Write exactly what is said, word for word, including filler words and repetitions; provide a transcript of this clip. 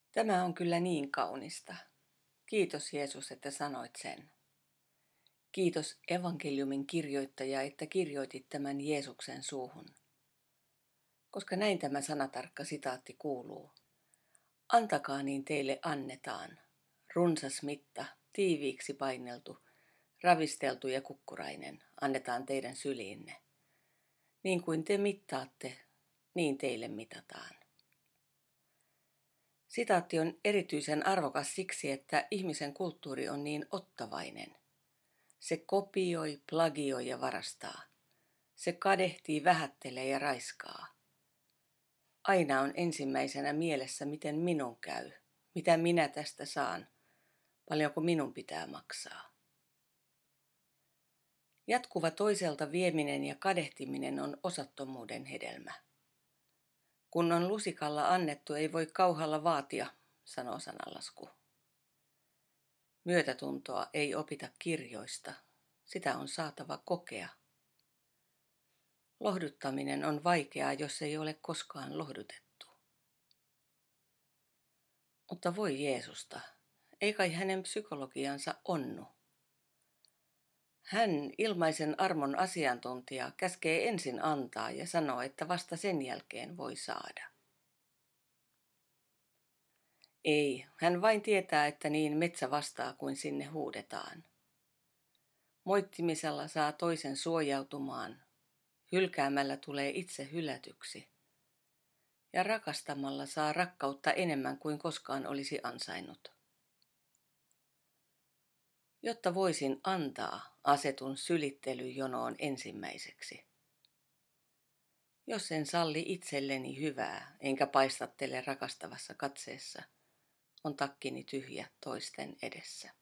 Tämä on kyllä niin kaunista. Kiitos Jeesus, että sanoit sen. Kiitos evankeliumin kirjoittaja, että kirjoitit tämän Jeesuksen suuhun. Koska näin tämä sanatarkka sitaatti kuuluu. Antakaa niin teille annetaan. Runsas mitta, tiiviiksi paineltu, ravisteltu ja kukkurainen annetaan teidän syliinne. Niin kuin te mittaatte, niin teille mitataan. Sitaatti on erityisen arvokas siksi, että ihmisen kulttuuri on niin ottavainen. Se kopioi, plagioi ja varastaa. Se kadehtii, vähättelee ja raiskaa. Aina on ensimmäisenä mielessä, miten minun käy, mitä minä tästä saan, paljonko minun pitää maksaa. Jatkuva toiselta vieminen ja kadehtiminen on osattomuuden hedelmä. Kun on lusikalla annettu, ei voi kauhalla vaatia, sanoo sananlasku. Myötätuntoa ei opita kirjoista, sitä on saatava kokea. Lohduttaminen on vaikeaa, jos ei ole koskaan lohdutettu. Mutta voi Jeesusta, ei kai hänen psykologiansa onnu. Hän, ilmaisen armon asiantuntija, käskee ensin antaa ja sanoo, että vasta sen jälkeen voi saada. Ei, hän vain tietää, että niin metsä vastaa kuin sinne huudetaan. Moittimisella saa toisen suojautumaan, hylkäämällä tulee itse hylätyksi. Ja rakastamalla saa rakkautta enemmän kuin koskaan olisi ansainnut. Jotta voisin antaa, asetun sylittelyjonoon ensimmäiseksi. Jos en salli itselleni hyvää, enkä paistattele rakastavassa katseessa, on takkini tyhjä toisten edessä.